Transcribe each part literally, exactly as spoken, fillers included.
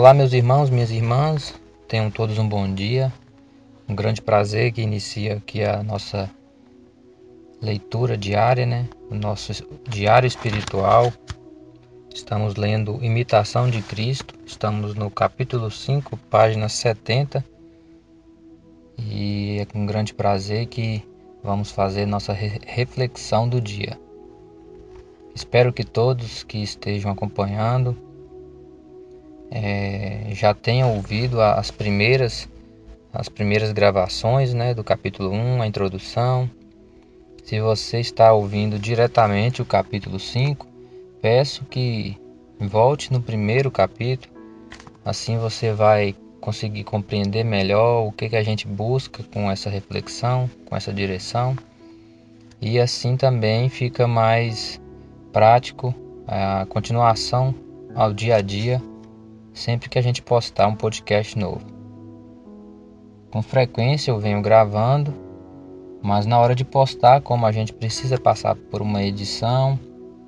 Olá, meus irmãos, minhas irmãs, tenham todos um bom dia. Um grande prazer que inicia aqui a nossa leitura diária, né? O nosso diário espiritual. Estamos lendo Imitação de Cristo, estamos no capítulo cinco, página setenta. E é com grande prazer que vamos fazer nossa re- reflexão do dia. Espero que todos que estejam acompanhando é, já tenham ouvido as primeiras, as primeiras gravações, né, do capítulo um, a introdução. Se você está ouvindo diretamente o capítulo cinco, peço que volte no primeiro capítulo, assim você vai conseguir compreender melhor o que, que a gente busca com essa reflexão, com essa direção, e assim também fica mais prático a continuação ao dia a dia, sempre que a gente postar um podcast novo. Com frequência eu venho gravando, mas na hora de postar, como a gente precisa passar por uma edição,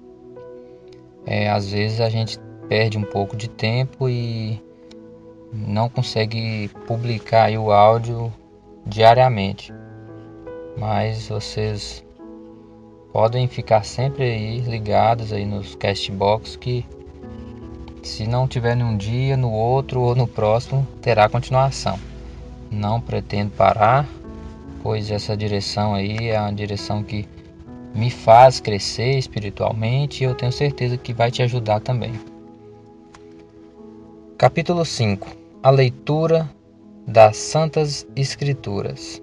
é, às vezes a gente perde um pouco de tempo e não consegue publicar aí o áudio diariamente. Mas vocês podem ficar sempre aí ligados aí nos Castbox, que se não tiver num dia, no outro ou no próximo, terá continuação. Não pretendo parar, pois essa direção aí é uma direção que me faz crescer espiritualmente e eu tenho certeza que vai te ajudar também. Capítulo cinco. A leitura das Santas Escrituras.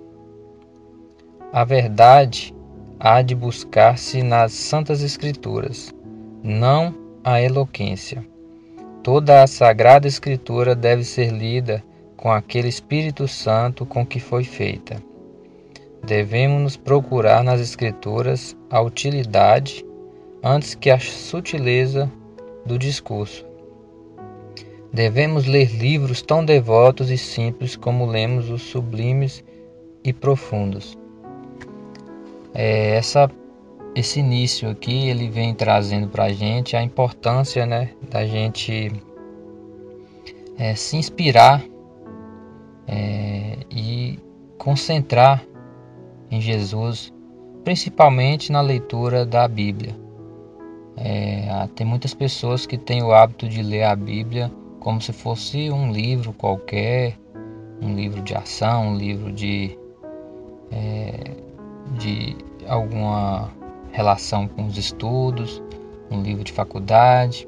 A verdade há de buscar-se nas Santas Escrituras, não a eloquência. Toda a Sagrada Escritura deve ser lida com aquele Espírito Santo com que foi feita. Devemos procurar nas Escrituras a utilidade antes que a sutileza do discurso. Devemos ler livros tão devotos e simples como lemos os sublimes e profundos. É, essa, esse início aqui ele vem trazendo para a gente a importância, né, da gente é, se inspirar é, e concentrar em Jesus, principalmente na leitura da Bíblia. É, tem muitas pessoas que têm o hábito de ler a Bíblia como se fosse um livro qualquer, um livro de ação, um livro de, é, de alguma relação com os estudos, um livro de faculdade.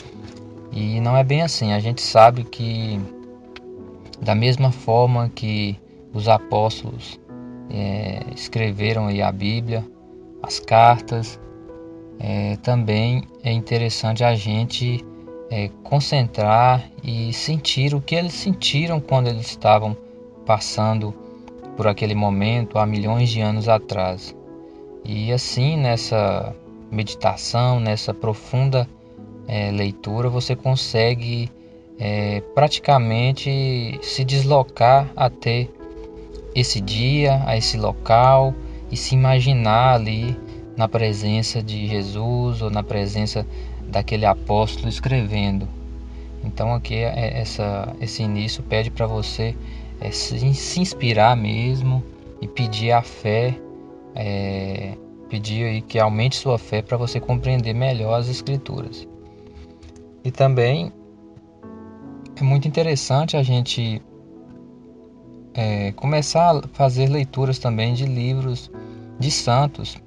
E não é bem assim. A gente sabe que da mesma forma que os apóstolos É, escreveram aí a Bíblia, as cartas, é, também é interessante a gente é, concentrar e sentir o que eles sentiram quando eles estavam passando por aquele momento há milhões de anos atrás. E assim, nessa meditação, nessa profunda é, leitura, você consegue é, praticamente se deslocar até esse dia, a esse local e se imaginar ali na presença de Jesus ou na presença daquele apóstolo escrevendo. Então aqui é essa, esse início pede para você é, se, se inspirar mesmo e pedir a fé, é, pedir aí que aumente sua fé para você compreender melhor as Escrituras. E também é muito interessante a gente É, começar a fazer leituras também de livros de santos.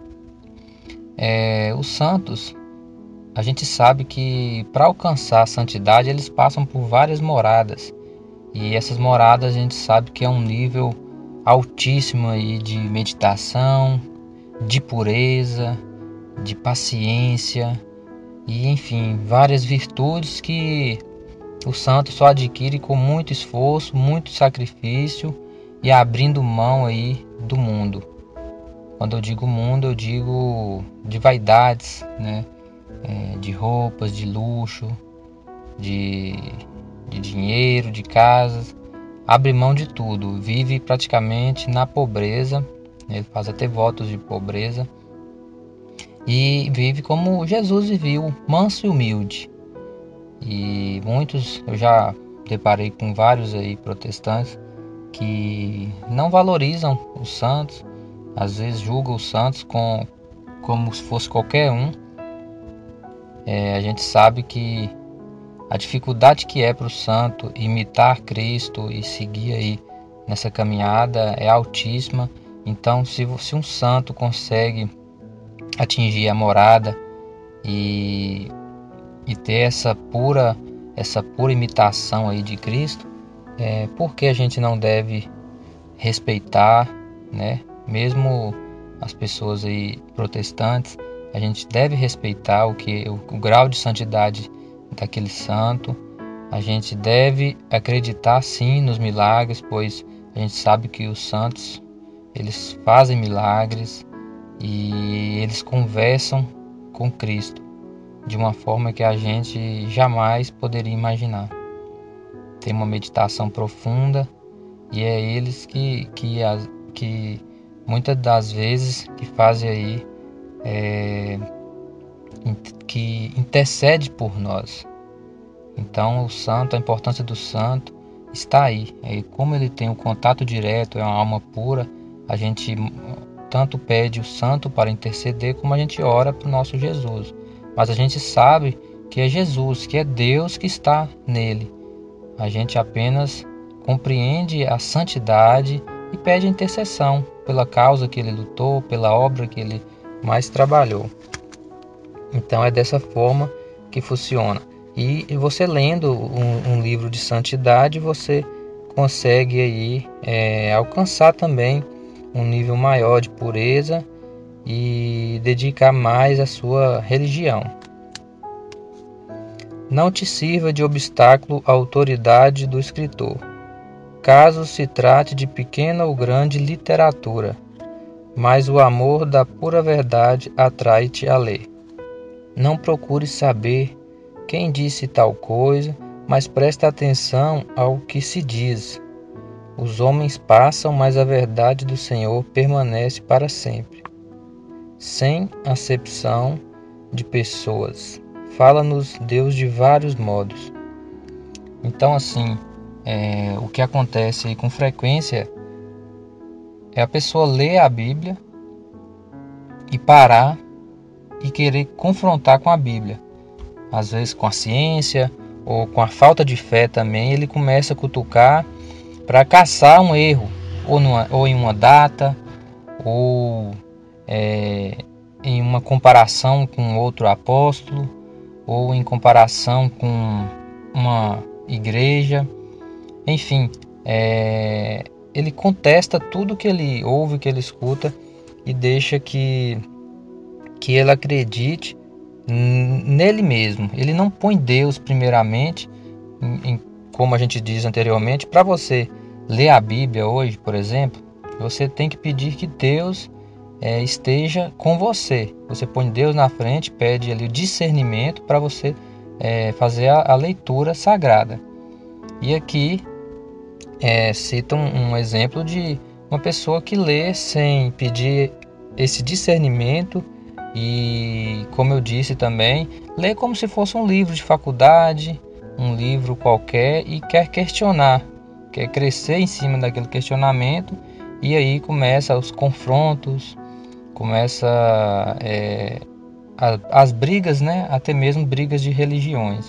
É, os santos, a gente sabe que para alcançar a santidade eles passam por várias moradas. E essas moradas a gente sabe que é um nível altíssimo aí de meditação, de pureza, de paciência e enfim, várias virtudes que o santo só adquire com muito esforço, muito sacrifício e abrindo mão aí do mundo. Quando eu digo mundo, eu digo de vaidades, né? É, de roupas, de luxo, de, de dinheiro, de casas. Abre mão de tudo, vive praticamente na pobreza, ele faz até votos de pobreza e vive como Jesus viveu, manso e humilde. E muitos, eu já deparei com vários aí protestantes que não valorizam os santos, às vezes julgam os santos com, como se fosse qualquer um. É, a gente sabe que a dificuldade que é para o santo imitar Cristo e seguir aí nessa caminhada é altíssima. Então, se, se um santo consegue atingir a morada e, e ter essa pura, essa pura imitação aí de Cristo, é, por que a gente não deve respeitar, né? Mesmo as pessoas aí protestantes, a gente deve respeitar o que o, o grau de santidade daquele santo. A gente deve acreditar sim nos milagres, pois a gente sabe que os santos, eles fazem milagres e eles conversam com Cristo de uma forma que a gente jamais poderia imaginar. Tem uma meditação profunda e é eles que, que, que muitas das vezes que fazem aí, é, que intercede por nós. Então o santo, a importância do santo está aí. E como ele tem um contato direto, é uma alma pura, a gente tanto pede o santo para interceder, como a gente ora para o nosso Jesus. Mas a gente sabe que é Jesus, que é Deus que está nele. A gente apenas compreende a santidade e pede intercessão pela causa que ele lutou, pela obra que ele mais trabalhou. Então é dessa forma que funciona. E você lendo um, um livro de santidade, você consegue aí é, alcançar também um nível maior de pureza e dedicar mais à sua religião. Não te sirva de obstáculo a autoridade do escritor, caso se trate de pequena ou grande literatura, mas o amor da pura verdade atrai-te a ler. Não procures saber quem disse tal coisa, mas presta atenção ao que se diz. Os homens passam, mas a verdade do Senhor permanece para sempre. Sem acepção de pessoas, fala-nos Deus de vários modos. Então, assim, é, o que acontece com frequência é a pessoa ler a Bíblia e parar e querer confrontar com a Bíblia. Às vezes com a ciência ou com a falta de fé também, ele começa a cutucar para caçar um erro, ou, numa, ou em uma data, ou é, em uma comparação com outro apóstolo, ou em comparação com uma igreja. Enfim, é, ele contesta tudo que ele ouve, que ele escuta, e deixa que, que ele acredite nele mesmo. Ele não põe Deus primeiramente, em, em, como a gente diz anteriormente. Para você ler a Bíblia hoje, por exemplo, você tem que pedir que Deus é, esteja com você. Você põe Deus na frente, pede ali o discernimento para você é, fazer a, a leitura sagrada. E aqui é, cita um, um exemplo de uma pessoa que lê sem pedir esse discernimento. E, como eu disse também, lê como se fosse um livro de faculdade, um livro qualquer, e quer questionar, quer crescer em cima daquele questionamento, e aí começa os confrontos, começa é, a, as brigas, né? Até mesmo brigas de religiões.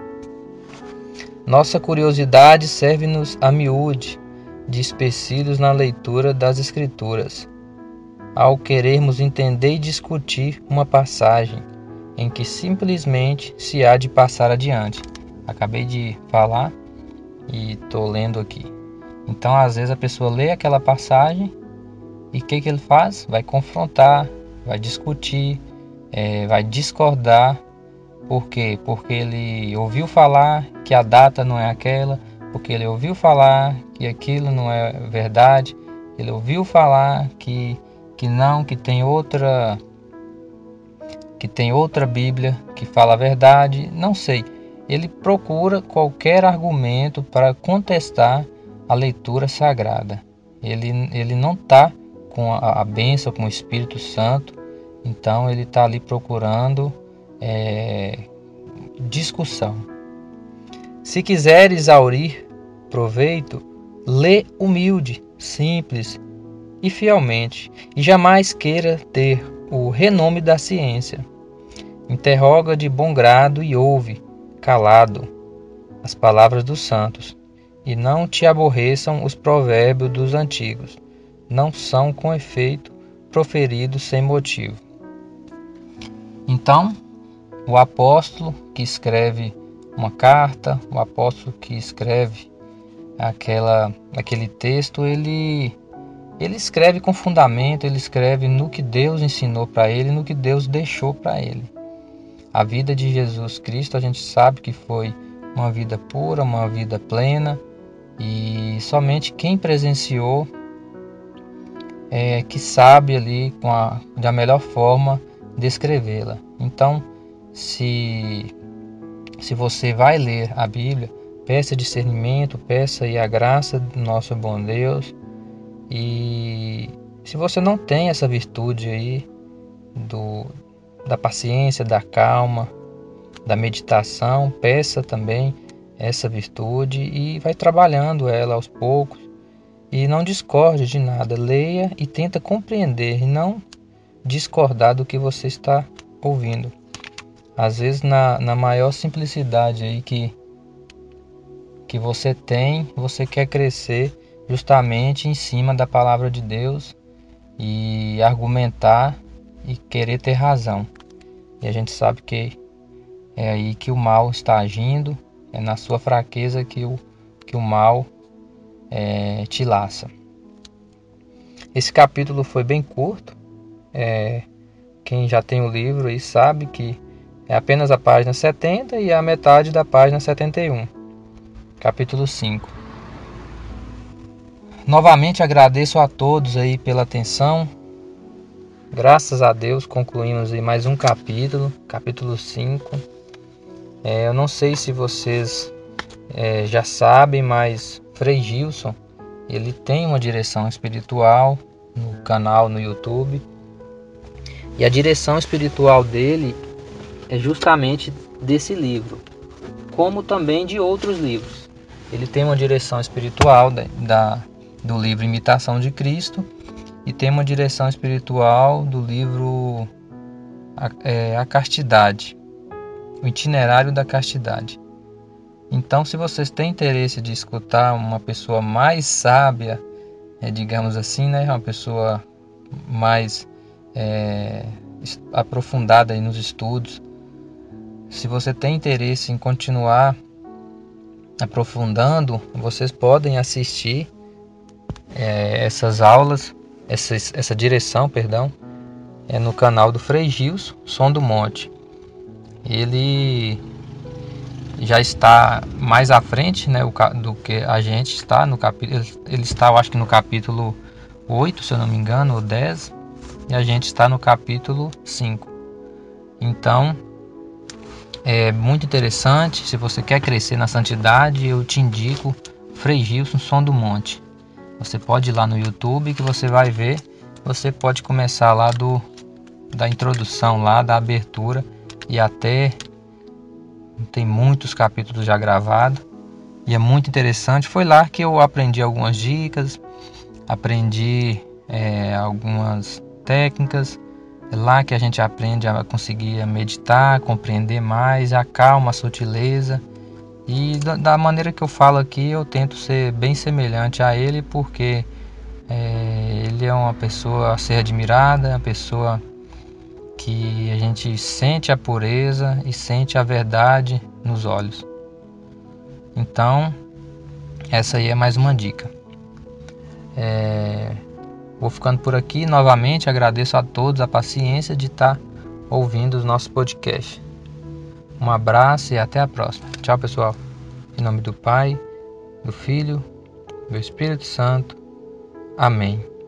Nossa curiosidade serve-nos a miúde de especidos na leitura das Escrituras, ao querermos entender e discutir uma passagem em que simplesmente se há de passar adiante. Acabei de falar e estou lendo aqui. Então, às vezes a pessoa lê aquela passagem e o que, que ele faz? Vai confrontar, vai discutir, é, vai discordar. Por quê? Porque ele ouviu falar que a data não é aquela, porque ele ouviu falar que aquilo não é verdade, ele ouviu falar que que não, que tem outra que tem outra Bíblia que fala a verdade, não sei. Ele procura qualquer argumento para contestar a leitura sagrada. Ele, ele não está com a, a bênção, com o Espírito Santo, então ele está ali procurando é, discussão. Se quiseres exaurir proveito, lê humilde, simples e fielmente, e jamais queira ter o renome da ciência. Interroga de bom grado e ouve, calado, as palavras dos santos, e não te aborreçam os provérbios dos antigos, não são com efeito proferidos sem motivo. Então, o apóstolo que escreve uma carta, o apóstolo que escreve aquela, aquele texto, ele, ele escreve com fundamento, ele escreve no que Deus ensinou para ele, no que Deus deixou para ele. A vida de Jesus Cristo, a gente sabe que foi uma vida pura, uma vida plena, e somente quem presenciou é que sabe ali com a, da melhor forma descrevê-la. Então, se, se você vai ler a Bíblia, peça discernimento, peça aí a graça do nosso bom Deus. E se você não tem essa virtude aí do, da paciência, da calma, da meditação, peça também essa virtude e vai trabalhando ela aos poucos. E não discorde de nada, leia e tenta compreender e não discordar do que você está ouvindo. Às vezes na, na maior simplicidade aí que, que você tem, você quer crescer justamente em cima da palavra de Deus e argumentar e querer ter razão. E a gente sabe que é aí que o mal está agindo, é na sua fraqueza que o, que o mal é, te laça. Esse capítulo foi bem curto. É, quem já tem o livro aí sabe que é apenas a página setenta e a metade da página setenta e um. Capítulo cinco. Novamente agradeço a todos aí pela atenção. Graças a Deus concluímos aí mais um capítulo, capítulo cinco. É, eu não sei se vocês é, já sabem, mas Frei Gilson, ele tem uma direção espiritual no canal no YouTube. E a direção espiritual dele é justamente desse livro, como também de outros livros. Ele tem uma direção espiritual da, da, do livro Imitação de Cristo e tem uma direção espiritual do livro A, é, a Castidade, o Itinerário da Castidade. Então, se vocês têm interesse de escutar uma pessoa mais sábia, é, digamos assim, né, uma pessoa mais é, aprofundada aí nos estudos, se você tem interesse em continuar aprofundando, vocês podem assistir é, essas aulas, essa, essa direção, perdão, é no canal do Frei Gilson, Som do Monte. Ele já está mais à frente, né, do que a gente está no capítulo. Ele está, eu acho que no capítulo oito, se eu não me engano, ou dez, e a gente está no capítulo cinco. Então, é muito interessante. Se você quer crescer na santidade, eu te indico Frei Gilson, Som do Monte. Você pode ir lá no YouTube que você vai ver. Você pode começar lá do, da introdução, lá da abertura, e até tem muitos capítulos já gravados. E é muito interessante. Foi lá que eu aprendi algumas dicas, aprendi é, algumas técnicas. É lá que a gente aprende a conseguir meditar, compreender mais, a calma, a sutileza. E da, da maneira que eu falo aqui, eu tento ser bem semelhante a ele, porque é, ele é uma pessoa a ser admirada, uma pessoa que a gente sente a pureza e sente a verdade nos olhos. Então, essa aí é mais uma dica. É... Vou ficando por aqui. Novamente agradeço a todos a paciência de estar ouvindo os nossos podcasts. Um abraço e até a próxima. Tchau, pessoal. Em nome do Pai, do Filho, do Espírito Santo. Amém.